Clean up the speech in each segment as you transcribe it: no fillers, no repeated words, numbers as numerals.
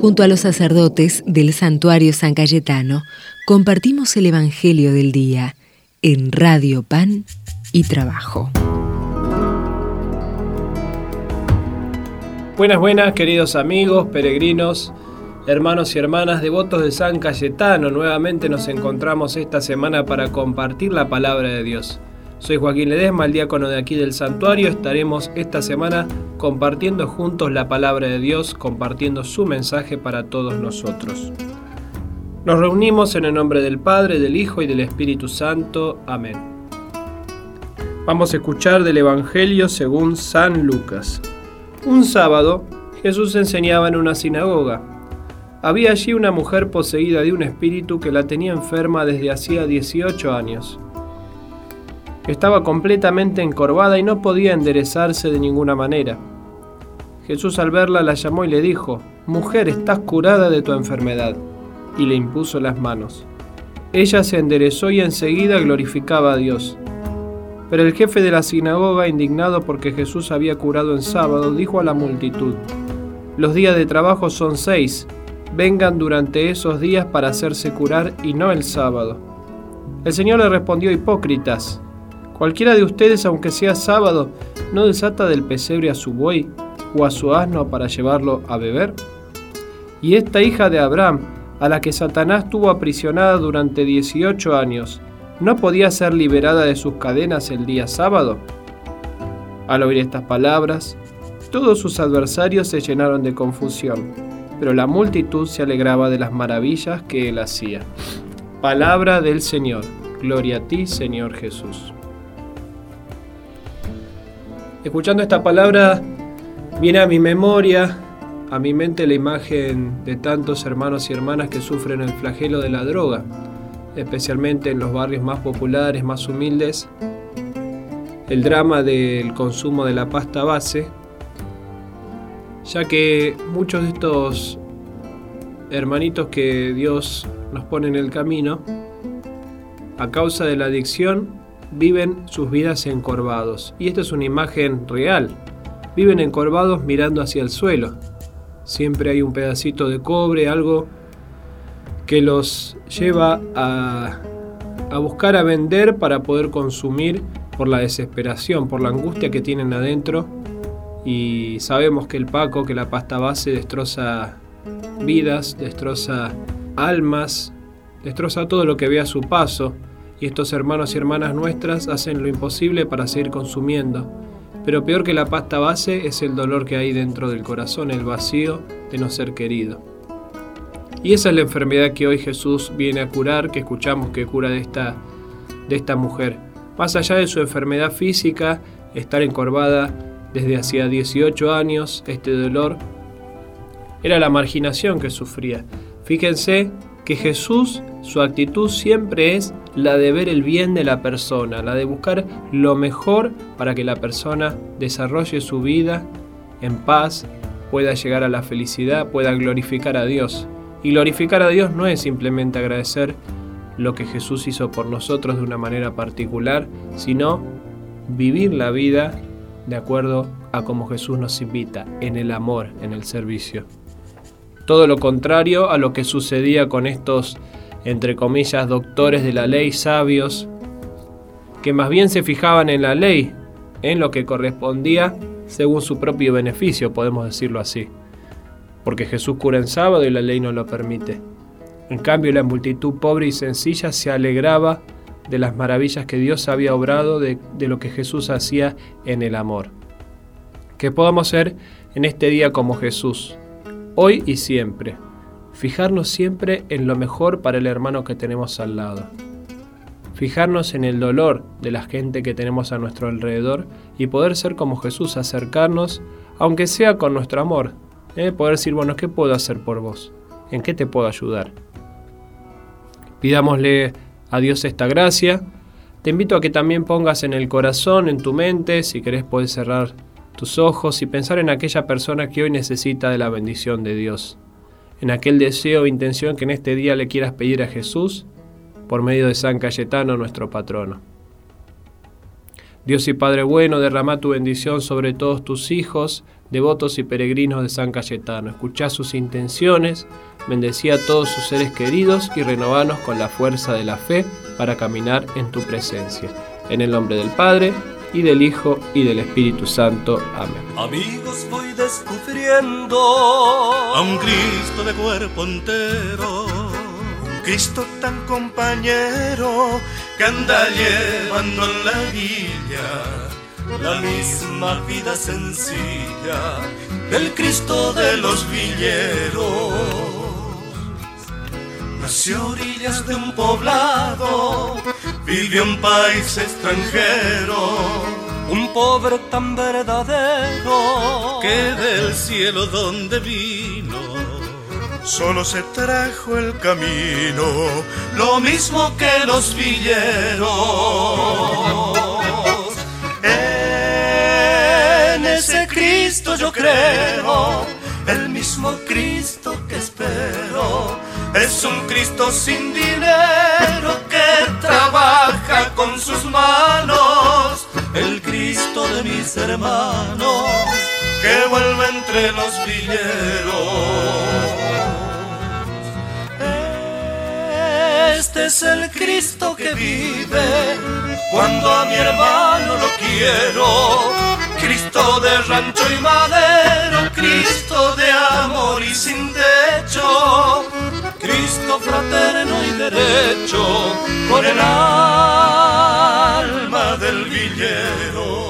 Junto a los sacerdotes del Santuario San Cayetano, compartimos el Evangelio del Día en Radio Pan y Trabajo. Buenas, queridos amigos, peregrinos, hermanos y hermanas, devotos de San Cayetano. Nuevamente nos encontramos esta semana para compartir la palabra de Dios. Soy Joaquín Ledesma, el diácono de aquí del santuario. Estaremos esta semana compartiendo juntos la palabra de Dios, compartiendo su mensaje para todos nosotros. Nos reunimos en el nombre del Padre, del Hijo y del Espíritu Santo. Amén. Vamos a escuchar del Evangelio según San Lucas. Un sábado, Jesús enseñaba en una sinagoga. Había allí una mujer poseída de un espíritu que la tenía enferma desde hacía 18 años. Estaba completamente encorvada y no podía enderezarse de ninguna manera. Jesús al verla la llamó y le dijo: «Mujer, estás curada de tu enfermedad», y le impuso las manos. Ella se enderezó y enseguida glorificaba a Dios. Pero el jefe de la sinagoga, indignado porque Jesús había curado en sábado, dijo a la multitud: «Los días de trabajo son 6, vengan durante esos días para hacerse curar y no el sábado». El Señor le respondió: «Hipócritas, cualquiera de ustedes, aunque sea sábado, ¿no desata del pesebre a su buey o a su asno para llevarlo a beber? Y esta hija de Abraham, a la que Satanás tuvo aprisionada durante 18 años, ¿no podía ser liberada de sus cadenas el día sábado?». Al oír estas palabras, todos sus adversarios se llenaron de confusión, pero la multitud se alegraba de las maravillas que él hacía. Palabra del Señor. Gloria a ti, Señor Jesús. Escuchando esta palabra, viene a mi memoria, a mi mente, la imagen de tantos hermanos y hermanas que sufren el flagelo de la droga, especialmente en los barrios más populares, más humildes. El drama del consumo de la pasta base, ya que muchos de estos hermanitos que Dios nos pone en el camino, a causa de la adicción, viven sus vidas encorvados. Y esta es una imagen real. Viven encorvados mirando hacia el suelo. Siempre hay un pedacito de cobre, algo que los lleva a buscar a vender para poder consumir por la desesperación, por la angustia que tienen adentro. Y sabemos que el paco, que la pasta base destroza vidas, destroza almas, destroza todo lo que ve a su paso. Y estos hermanos y hermanas nuestras hacen lo imposible para seguir consumiendo. Pero peor que la pasta base es el dolor que hay dentro del corazón, el vacío de no ser querido. Y esa es la enfermedad que hoy Jesús viene a curar, que escuchamos que cura de esta mujer. Más allá de su enfermedad física, estar encorvada desde hacía 18 años, este dolor, era la marginación que sufría. Fíjense que Jesús, su actitud siempre es la de ver el bien de la persona, la de buscar lo mejor para que la persona desarrolle su vida en paz, pueda llegar a la felicidad, pueda glorificar a Dios. Y glorificar a Dios no es simplemente agradecer lo que Jesús hizo por nosotros de una manera particular, sino vivir la vida de acuerdo a como Jesús nos invita, en el amor, en el servicio. Todo lo contrario a lo que sucedía con estos, entre comillas, doctores de la ley, sabios, que más bien se fijaban en la ley, en lo que correspondía según su propio beneficio, podemos decirlo así. Porque Jesús cura en sábado y la ley no lo permite. En cambio, la multitud pobre y sencilla se alegraba de las maravillas que Dios había obrado, de lo que Jesús hacía en el amor. Que podamos ser en este día como Jesús, hoy y siempre. Fijarnos siempre en lo mejor para el hermano que tenemos al lado. Fijarnos en el dolor de la gente que tenemos a nuestro alrededor y poder ser como Jesús, acercarnos, aunque sea con nuestro amor. Poder decir, bueno, ¿qué puedo hacer por vos? ¿En qué te puedo ayudar? Pidámosle a Dios esta gracia. Te invito a que también pongas en el corazón, en tu mente, si querés podés cerrar tus ojos y pensar en aquella persona que hoy necesita de la bendición de Dios. En aquel deseo o intención que en este día le quieras pedir a Jesús por medio de San Cayetano, nuestro patrono. Dios y Padre bueno, derrama tu bendición sobre todos tus hijos, devotos y peregrinos de San Cayetano. Escuchá sus intenciones, bendecía a todos sus seres queridos y renovanos con la fuerza de la fe para caminar en tu presencia. En el nombre del Padre, y del Hijo, y del Espíritu Santo. Amén. Amigos, voy descubriendo a un Cristo de cuerpo entero, un Cristo tan compañero que anda llevando en la villa la misma vida sencilla del Cristo de los villeros. Nació a orillas de un poblado, vivió en país extranjero, un pobre tan verdadero que del cielo donde vino solo se trajo el camino, lo mismo que los villeros. En ese Cristo yo creo, el mismo Cristo que espero. Es un Cristo sin dinero que trabaja con sus manos, el Cristo de mis hermanos que vuelve entre los villeros. Este es el Cristo que vive cuando a mi hermano lo quiero, Cristo de rancho y madero, Cristo de amor y sin techo, Cristo fraterno y derecho, con el alma del villero.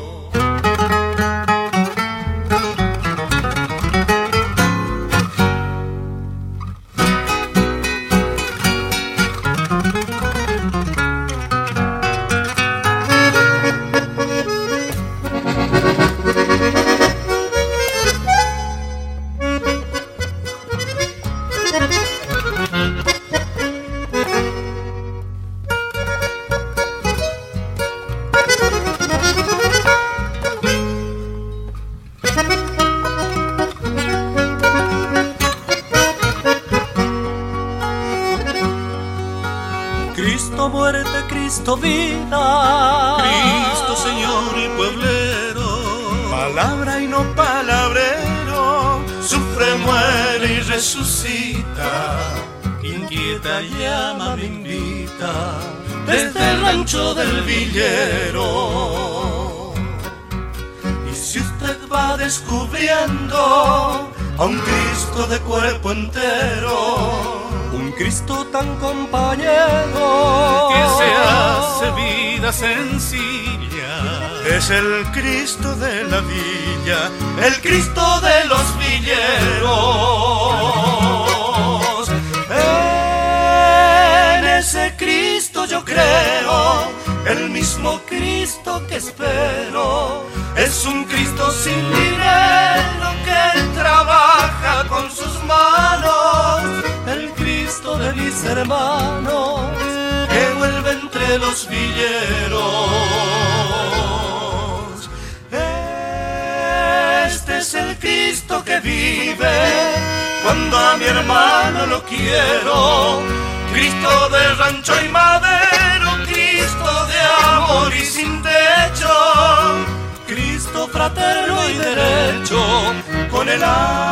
Cristo muerte, Cristo vida, Cristo Señor y pueblero, palabra y no palabrero, sufre, muere y resucita, inquieta llama me invita, desde el rancho del villero. Y si usted va descubriendo a un Cristo de cuerpo entero, un Cristo tan compañero que se hace vida sencilla, es el Cristo de la villa, el Cristo de los villeros. En ese Cristo yo creo, el mismo Cristo que espero, es un Cristo sin dinero que trabaja con sus manos, el Cristo de mis hermanos que vuelve entre los villeros. Este es el Cristo que vive cuando a mi hermano lo quiero, Cristo de rancho y madero, Cristo de amor y sin techo, Cristo fraterno y derecho, con el alma